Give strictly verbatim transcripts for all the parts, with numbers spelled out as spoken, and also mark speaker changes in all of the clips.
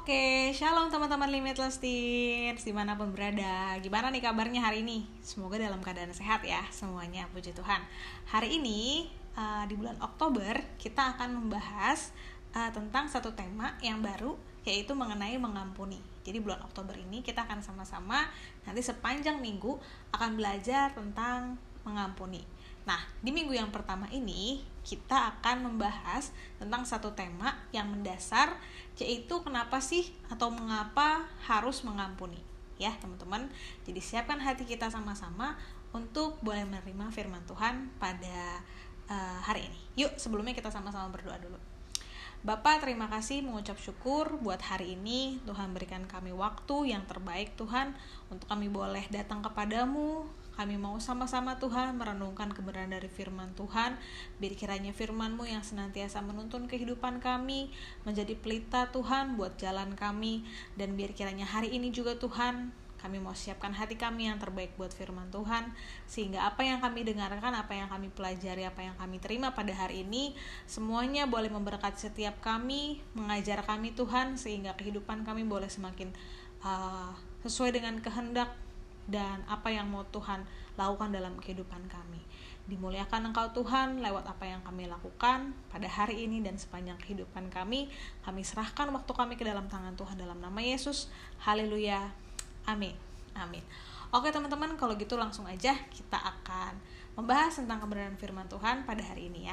Speaker 1: Oke, shalom teman-teman Limitlessers dimanapun berada. Gimana nih kabarnya hari ini? Semoga dalam keadaan sehat ya semuanya, puji Tuhan. Hari ini uh, di bulan Oktober kita akan membahas uh, tentang satu tema yang baru, yaitu mengenai mengampuni. Jadi bulan Oktober ini kita akan sama-sama nanti sepanjang minggu akan belajar tentang mengampuni. Nah, di minggu yang pertama ini kita akan membahas tentang satu tema yang mendasar, yaitu kenapa sih atau mengapa harus mengampuni. Ya, teman-teman. Jadi siapkan hati kita sama-sama untuk boleh menerima firman Tuhan pada uh, hari ini. Yuk, sebelumnya kita sama-sama berdoa dulu. Bapa, terima kasih, mengucap syukur buat hari ini. Tuhan berikan kami waktu yang terbaik Tuhan, untuk kami boleh datang kepadamu. Kami mau sama-sama Tuhan merenungkan kebenaran dari firman Tuhan. Biar kiranya firman-Mu yang senantiasa menuntun kehidupan kami, menjadi pelita Tuhan buat jalan kami. Dan biar kiranya hari ini juga Tuhan, kami mau siapkan hati kami yang terbaik buat firman Tuhan, sehingga apa yang kami dengarkan, apa yang kami pelajari, apa yang kami terima pada hari ini, semuanya boleh memberkati setiap kami, mengajar kami Tuhan, sehingga kehidupan kami boleh semakin uh, sesuai dengan kehendak dan apa yang mau Tuhan lakukan dalam kehidupan kami. Dimuliakan Engkau Tuhan lewat apa yang kami lakukan pada hari ini dan sepanjang kehidupan kami. Kami serahkan waktu kami ke dalam tangan Tuhan dalam nama Yesus. Haleluya. Amin. Amin. Oke teman-teman, kalau gitu langsung aja kita akan membahas tentang kebenaran firman Tuhan pada hari ini ya.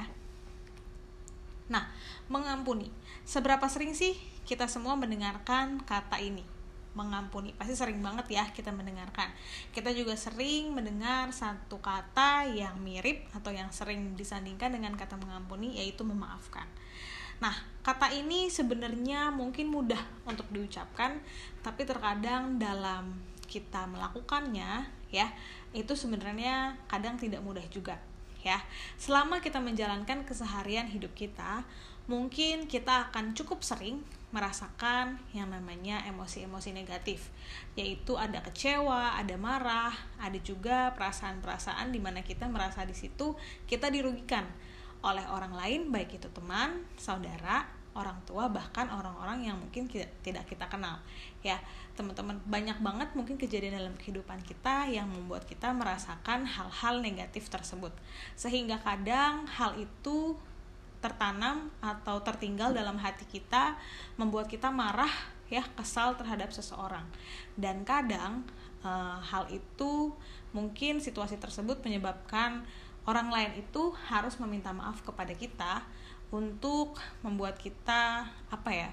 Speaker 1: Nah, mengampuni. Seberapa sering sih kita semua mendengarkan kata ini? Mengampuni. Pasti sering banget ya kita mendengarkan. Kita juga sering mendengar satu kata yang mirip atau yang sering disandingkan dengan kata mengampuni, yaitu memaafkan. Nah, kata ini sebenarnya mungkin mudah untuk diucapkan, tapi terkadang dalam kita melakukannya ya, itu sebenarnya kadang tidak mudah juga ya. Selama kita menjalankan keseharian hidup kita, mungkin kita akan cukup sering merasakan yang namanya emosi-emosi negatif, yaitu ada kecewa, ada marah, ada juga perasaan-perasaan di mana kita merasa di situ kita dirugikan oleh orang lain, baik itu teman, saudara, orang tua, bahkan orang-orang yang mungkin kita, tidak kita kenal. Ya, teman-teman, banyak banget mungkin kejadian dalam kehidupan kita yang membuat kita merasakan hal-hal negatif tersebut. Sehingga kadang hal itu tertanam atau tertinggal dalam hati kita, membuat kita marah, ya, kesal terhadap seseorang. Dan kadang e, hal itu mungkin situasi tersebut menyebabkan orang lain itu harus meminta maaf kepada kita untuk membuat kita apa ya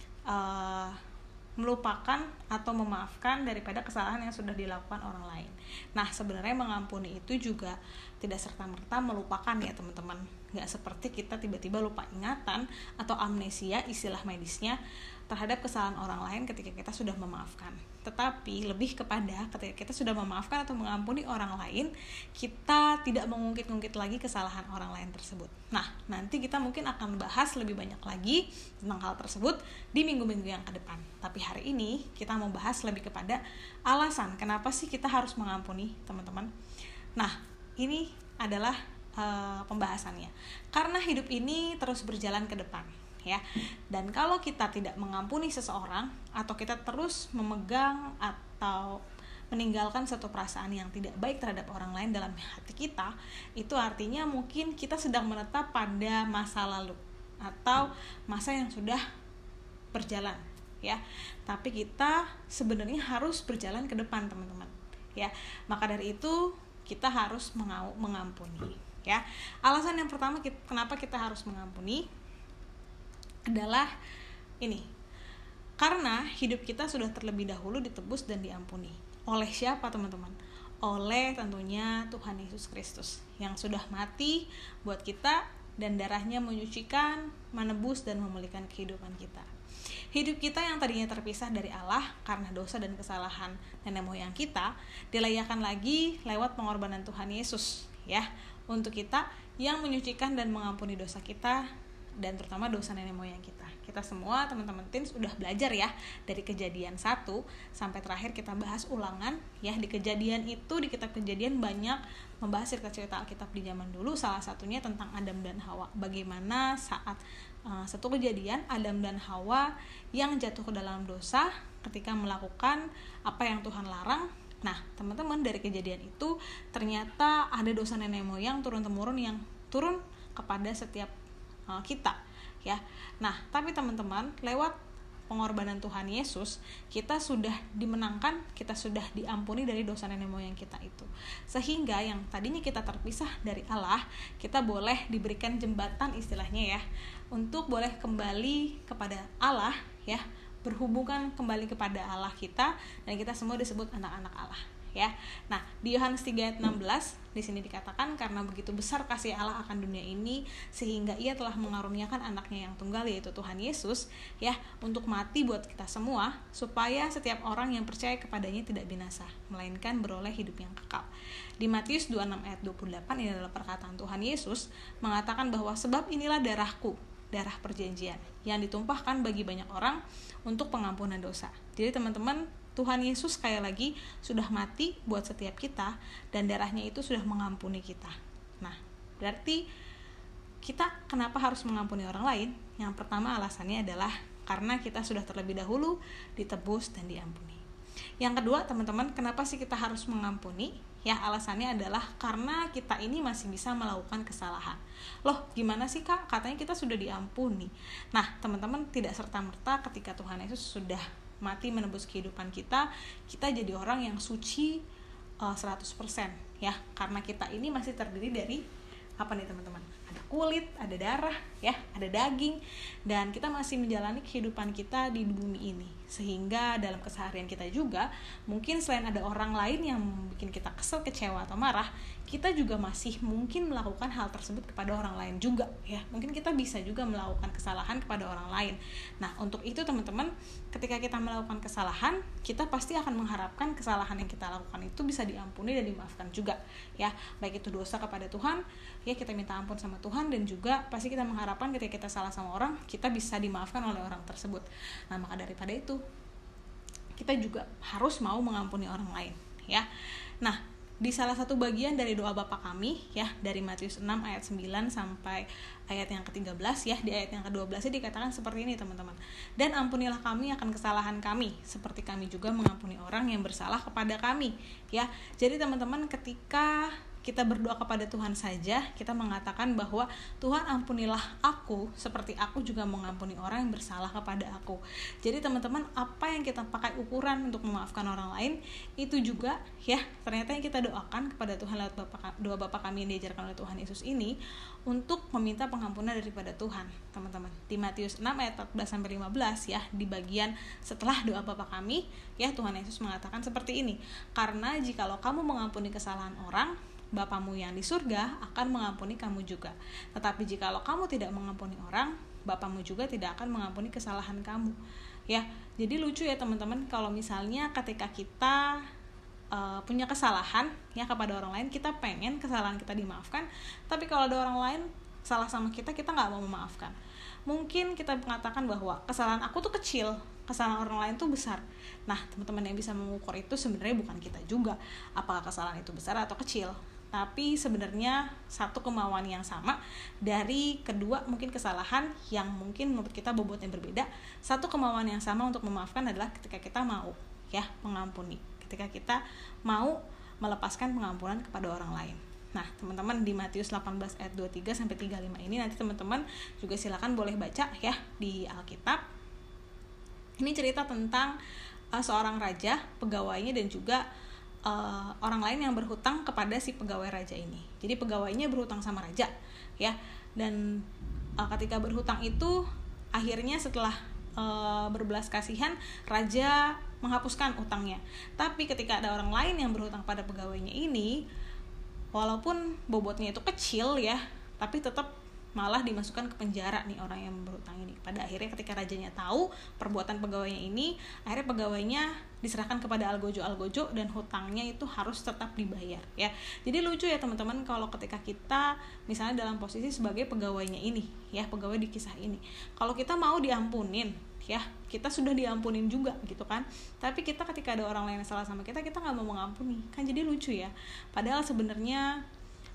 Speaker 1: uh, melupakan atau memaafkan daripada kesalahan yang sudah dilakukan orang lain. Nah, sebenarnya mengampuni itu juga tidak serta-merta melupakan ya teman-teman. Nggak seperti kita tiba-tiba lupa ingatan atau amnesia istilah medisnya terhadap kesalahan orang lain ketika kita sudah memaafkan. Tetapi lebih kepada ketika kita sudah memaafkan atau mengampuni orang lain, kita tidak mengungkit-ungkit lagi kesalahan orang lain tersebut. Nah, nanti kita mungkin akan bahas lebih banyak lagi tentang hal tersebut di minggu-minggu yang ke depan. Tapi hari ini kita mau bahas lebih kepada alasan kenapa sih kita harus mengampuni, teman-teman. Nah, ini adalah uh, pembahasannya. Karena hidup ini terus berjalan ke depan. Ya, dan kalau kita tidak mengampuni seseorang atau kita terus memegang atau meninggalkan satu perasaan yang tidak baik terhadap orang lain dalam hati kita, itu artinya mungkin kita sedang menetap pada masa lalu atau masa yang sudah berjalan ya. Tapi kita sebenarnya harus berjalan ke depan, teman-teman. Ya, maka dari itu kita harus mengampuni ya. Alasan yang pertama kenapa kita harus mengampuni adalah ini, karena hidup kita sudah terlebih dahulu ditebus dan diampuni. Oleh siapa, teman-teman? Oleh tentunya Tuhan Yesus Kristus yang sudah mati buat kita dan darahnya menyucikan, menebus dan memulihkan kehidupan kita. Hidup kita yang tadinya terpisah dari Allah karena dosa dan kesalahan nenek moyang kita, dilayakan lagi lewat pengorbanan Tuhan Yesus ya, untuk kita yang menyucikan dan mengampuni dosa kita dan terutama dosa nenek moyang kita. Kita semua teman-teman teens udah belajar ya dari Kejadian satu sampai terakhir kita bahas ulangan ya. Di Kejadian itu, di kitab Kejadian banyak membahas cerita-cerita Alkitab di zaman dulu, salah satunya tentang Adam dan Hawa. Bagaimana saat uh, satu kejadian Adam dan Hawa yang jatuh ke dalam dosa ketika melakukan apa yang Tuhan larang. Nah, teman-teman, dari kejadian itu ternyata ada dosa nenek moyang turun-temurun yang turun kepada setiap uh, kita ya. Nah, tapi teman-teman, lewat pengorbanan Tuhan Yesus, kita sudah dimenangkan, kita sudah diampuni dari dosa nenek moyang kita itu. Sehingga yang tadinya kita terpisah dari Allah, kita boleh diberikan jembatan istilahnya ya, untuk boleh kembali kepada Allah ya, berhubungan kembali kepada Allah kita, dan kita semua disebut anak-anak Allah ya. Nah, di Yohanes tiga ayat enam belas di sini dikatakan, karena begitu besar kasih Allah akan dunia ini sehingga Ia telah mengaruniakan anaknya yang tunggal, yaitu Tuhan Yesus ya, untuk mati buat kita semua, supaya setiap orang yang percaya kepadanya tidak binasa, melainkan beroleh hidup yang kekal. Di Matius dua puluh enam ayat dua puluh delapan, ini adalah perkataan Tuhan Yesus mengatakan bahwa sebab inilah darahku, darah perjanjian yang ditumpahkan bagi banyak orang untuk pengampunan dosa. Jadi teman-teman, Tuhan Yesus sekali lagi sudah mati buat setiap kita, dan darahnya itu sudah mengampuni kita. Nah, berarti kita kenapa harus mengampuni orang lain? Yang pertama alasannya adalah karena kita sudah terlebih dahulu ditebus dan diampuni. Yang kedua, teman-teman, kenapa sih kita harus mengampuni? Ya, alasannya adalah karena kita ini masih bisa melakukan kesalahan. Loh, gimana sih Kak? Katanya kita sudah diampuni. Nah, teman-teman, tidak serta-merta ketika Tuhan Yesus sudah mati menebus kehidupan kita, kita jadi orang yang suci uh, seratus persen ya. Karena kita ini masih terdiri dari apa nih teman-teman? Ada kulit, ada darah ya, ada daging, dan kita masih menjalani kehidupan kita di bumi ini. Sehingga dalam keseharian kita juga, mungkin selain ada orang lain yang bikin kita kesel, kecewa, atau marah, kita juga masih mungkin melakukan hal tersebut kepada orang lain juga ya. Mungkin kita bisa juga melakukan kesalahan kepada orang lain. Nah, untuk itu teman-teman, ketika kita melakukan kesalahan, kita pasti akan mengharapkan kesalahan yang kita lakukan itu bisa diampuni dan dimaafkan juga ya. Baik itu dosa kepada Tuhan ya, kita minta ampun sama Tuhan, dan juga pasti kita mengharapkan ketika kita salah sama orang, kita bisa dimaafkan oleh orang tersebut. Nah, maka daripada itu, kita juga harus mau mengampuni orang lain ya. Nah, di salah satu bagian dari doa Bapa kami ya, dari Matius enam ayat sembilan sampai ayat yang ke tiga belas ya, di ayat yang ke dua belas dikatakan seperti ini teman-teman. Dan ampunilah kami akan kesalahan kami, seperti kami juga mengampuni orang yang bersalah kepada kami ya. Jadi teman-teman, ketika kita berdoa kepada Tuhan saja, kita mengatakan bahwa Tuhan ampunilah aku seperti aku juga mengampuni orang yang bersalah kepada aku. Jadi teman-teman, apa yang kita pakai ukuran untuk memaafkan orang lain, itu juga ya ternyata yang kita doakan kepada Tuhan lewat Bapa, doa Bapa kami yang diajarkan oleh Tuhan Yesus ini, untuk meminta pengampunan daripada Tuhan teman-teman. Di Matius enam ayat empat belas sampai lima belas ya, di bagian setelah doa Bapa kami ya, Tuhan Yesus mengatakan seperti ini, karena jikalau kamu mengampuni kesalahan orang, Bapamu yang di surga akan mengampuni kamu juga. Tetapi jikalau kamu tidak mengampuni orang, Bapamu juga tidak akan mengampuni kesalahan kamu. Ya, jadi lucu ya teman-teman, kalau misalnya ketika kita uh, punya kesalahan ya kepada orang lain, kita pengen kesalahan kita dimaafkan, tapi kalau ada orang lain salah sama kita, kita nggak mau memaafkan. Mungkin kita mengatakan bahwa kesalahan aku tuh kecil, kesalahan orang lain tuh besar. Nah, teman-teman yang bisa mengukur itu sebenarnya bukan kita juga, apakah kesalahan itu besar atau kecil. Tapi sebenarnya satu kemauan yang sama dari kedua mungkin kesalahan yang mungkin menurut kita bobotnya berbeda. Satu kemauan yang sama untuk memaafkan adalah ketika kita mau ya mengampuni, ketika kita mau melepaskan pengampunan kepada orang lain. Nah, teman-teman, di Matius delapan belas ayat dua puluh tiga sampai tiga puluh lima ini nanti teman-teman juga silakan boleh baca ya di Alkitab. Ini cerita tentang uh, seorang raja, pegawainya, dan juga Uh, orang lain yang berhutang kepada si pegawai raja ini. Jadi pegawainya berhutang sama raja ya, dan uh, ketika berhutang itu akhirnya setelah uh, berbelas kasihan, raja menghapuskan utangnya. Tapi ketika ada orang lain yang berhutang pada pegawainya ini, walaupun bobotnya itu kecil ya, tapi tetap malah dimasukkan ke penjara nih orang yang berhutang ini. Pada akhirnya ketika rajanya tahu perbuatan pegawainya ini, akhirnya pegawainya diserahkan kepada algojo-algojo dan hutangnya itu harus tetap dibayar ya. Jadi lucu ya teman-teman kalau ketika kita misalnya dalam posisi sebagai pegawainya ini ya, pegawai di kisah ini. Kalau kita mau diampunin ya, kita sudah diampunin juga gitu kan, tapi kita ketika ada orang lain yang salah sama kita, kita nggak mau mengampuni kan. Jadi lucu ya, padahal sebenarnya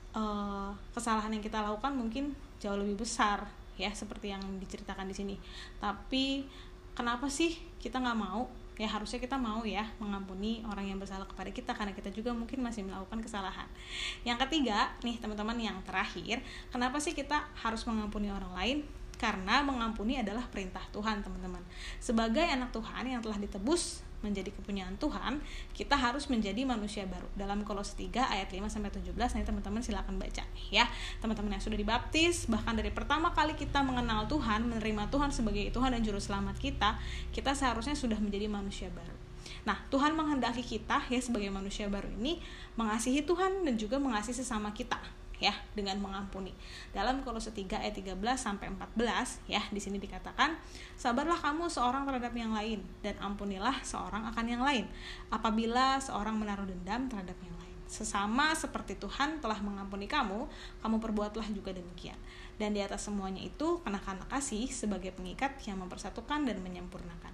Speaker 1: uh, kesalahan yang kita lakukan mungkin jauh lebih besar ya, seperti yang diceritakan di sini. Tapi kenapa sih kita nggak mau? Ya harusnya kita mau ya mengampuni orang yang bersalah kepada kita, karena kita juga mungkin masih melakukan kesalahan. Yang ketiga nih teman-teman, yang terakhir, kenapa sih kita harus mengampuni orang lain? Karena mengampuni adalah perintah Tuhan teman-teman. Sebagai anak Tuhan yang telah ditebus menjadi kepunyaan Tuhan, kita harus menjadi manusia baru. Dalam Kolose tiga ayat lima sampai tujuh belas, nanti teman-teman silakan baca ya. Teman-teman yang sudah dibaptis, bahkan dari pertama kali kita mengenal Tuhan, menerima Tuhan sebagai Tuhan dan juru selamat kita, kita seharusnya sudah menjadi manusia baru. Nah, Tuhan menghendaki kita ya sebagai manusia baru ini mengasihi Tuhan dan juga mengasihi sesama kita ya dengan mengampuni. Dalam Kolose tiga ayat tiga belas sampai empat belas ya, di sini dikatakan, sabarlah kamu seorang terhadap yang lain dan ampunilah seorang akan yang lain apabila seorang menaruh dendam terhadap yang lain. Sesama seperti Tuhan telah mengampuni kamu, kamu perbuatlah juga demikian. Dan di atas semuanya itu kenakanlah kasih sebagai pengikat yang mempersatukan dan menyempurnakan.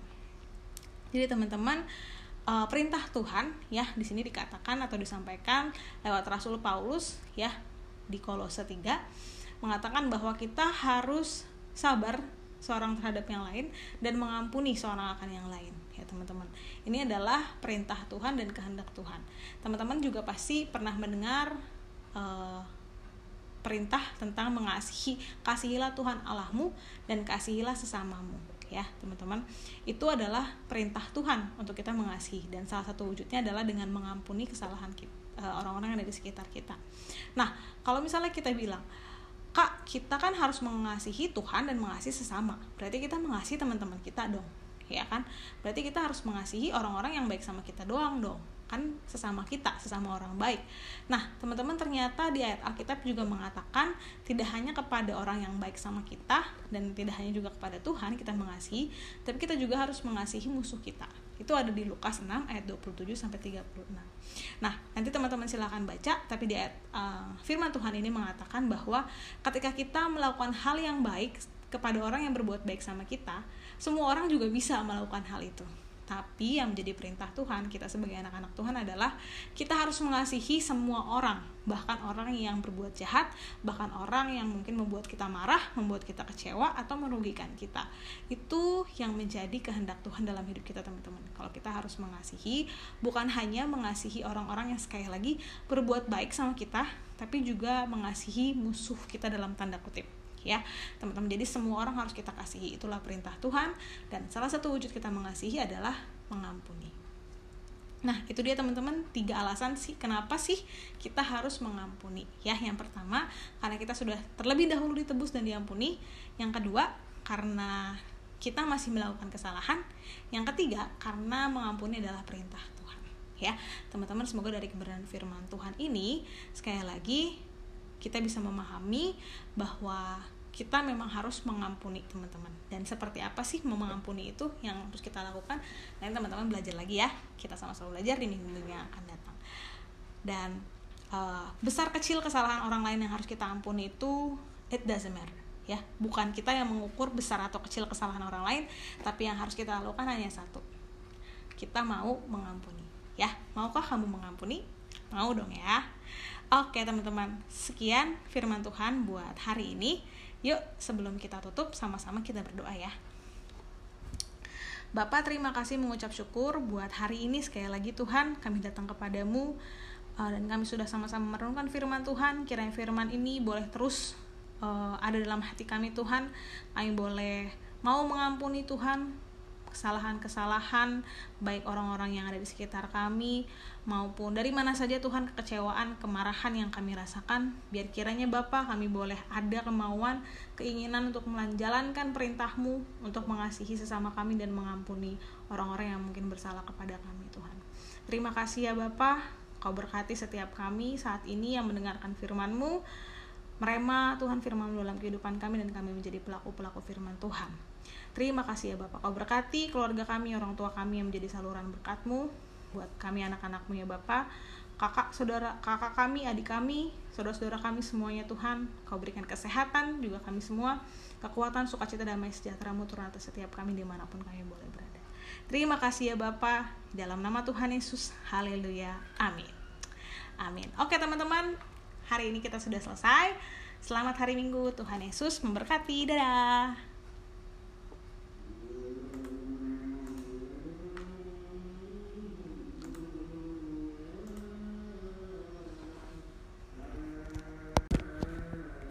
Speaker 1: Jadi teman-teman, uh, perintah Tuhan ya di sini dikatakan atau disampaikan lewat Rasul Paulus ya di Kolose tiga, mengatakan bahwa kita harus sabar seorang terhadap yang lain dan mengampuni seorang akan yang lain ya teman-teman. Ini adalah perintah Tuhan dan kehendak Tuhan. Teman-teman juga pasti pernah mendengar uh, perintah tentang mengasihi, kasihilah Tuhan Allahmu dan kasihilah sesamamu ya teman-teman. Itu adalah perintah Tuhan untuk kita mengasihi, dan salah satu wujudnya adalah dengan mengampuni kesalahan kita, orang-orang yang ada di sekitar kita. Nah, kalau misalnya kita bilang, Kak, kita kan harus mengasihi Tuhan dan mengasihi sesama, berarti kita mengasihi teman-teman kita dong, ya kan? Berarti kita harus mengasihi orang-orang yang baik sama kita doang dong, kan sesama kita, sesama orang baik. Nah, teman-teman, ternyata di ayat Alkitab juga mengatakan tidak hanya kepada orang yang baik sama kita dan tidak hanya juga kepada Tuhan kita mengasihi, tapi kita juga harus mengasihi musuh kita. Itu ada di Lukas enam ayat dua puluh tujuh sampai tiga puluh enam. Nah, nanti teman-teman silakan baca, tapi di ayat uh, firman Tuhan ini mengatakan bahwa ketika kita melakukan hal yang baik kepada orang yang berbuat baik sama kita, semua orang juga bisa melakukan hal itu. Tapi yang menjadi perintah Tuhan kita sebagai anak-anak Tuhan adalah kita harus mengasihi semua orang, bahkan orang yang berbuat jahat, bahkan orang yang mungkin membuat kita marah, membuat kita kecewa atau merugikan kita. Itu yang menjadi kehendak Tuhan dalam hidup kita teman-teman. Kalau kita harus mengasihi, bukan hanya mengasihi orang-orang yang sekali lagi berbuat baik sama kita, tapi juga mengasihi musuh kita dalam tanda kutip. Ya teman-teman, jadi semua orang harus kita kasihi, itulah perintah Tuhan, dan salah satu wujud kita mengasihi adalah mengampuni. Nah, itu dia teman-teman, tiga alasan sih kenapa sih kita harus mengampuni. Ya, yang pertama, karena kita sudah terlebih dahulu ditebus dan diampuni. Yang kedua, karena kita masih melakukan kesalahan. Yang ketiga, karena mengampuni adalah perintah Tuhan. Ya, teman-teman, semoga dari kebenaran firman Tuhan ini sekali lagi kita bisa memahami bahwa kita memang harus mengampuni teman-teman. Dan seperti apa sih mau mengampuni itu yang harus kita lakukan? Nanti teman-teman belajar lagi ya. Kita sama-sama belajar di minggu-minggu yang akan datang. Dan uh, besar kecil kesalahan orang lain yang harus kita ampuni itu it doesn't matter. Ya, bukan kita yang mengukur besar atau kecil kesalahan orang lain, tapi yang harus kita lakukan hanya satu. Kita mau mengampuni. Ya, maukah kamu mengampuni? Mau dong ya. Oke teman-teman, sekian firman Tuhan buat hari ini. Yuk sebelum kita tutup, sama-sama kita berdoa ya. Bapa, terima kasih mengucap syukur buat hari ini. Sekali lagi Tuhan, kami datang kepadamu uh, dan kami sudah sama-sama merenungkan firman Tuhan. Kiranya firman ini boleh terus uh, ada dalam hati kami Tuhan. Kami boleh mau mengampuni Tuhan kesalahan-kesalahan baik orang-orang yang ada di sekitar kami maupun dari mana saja Tuhan, kekecewaan, kemarahan yang kami rasakan. Biar kiranya Bapa, kami boleh ada kemauan, keinginan untuk menjalankan perintah-Mu untuk mengasihi sesama kami dan mengampuni orang-orang yang mungkin bersalah kepada kami Tuhan. Terima kasih ya Bapa, Kau berkati setiap kami saat ini yang mendengarkan firman-Mu. merema Tuhan firman dalam kehidupan kami, dan kami menjadi pelaku-pelaku firman Tuhan. Terima kasih ya Bapak, Kau berkati keluarga kami, orang tua kami yang menjadi saluran berkat-Mu, buat kami anak-anak-Mu ya Bapak, kakak saudara kakak kami, adik kami, saudara-saudara kami semuanya Tuhan, Kau berikan kesehatan juga kami semua, kekuatan, sukacita, damai sejahtera-Mu turun atas setiap kami dimanapun kami boleh berada. Terima kasih ya Bapak, dalam nama Tuhan Yesus, haleluya, amin. Amin. Oke teman-teman, hari ini kita sudah selesai. Selamat hari Minggu, Tuhan Yesus memberkati, dadah.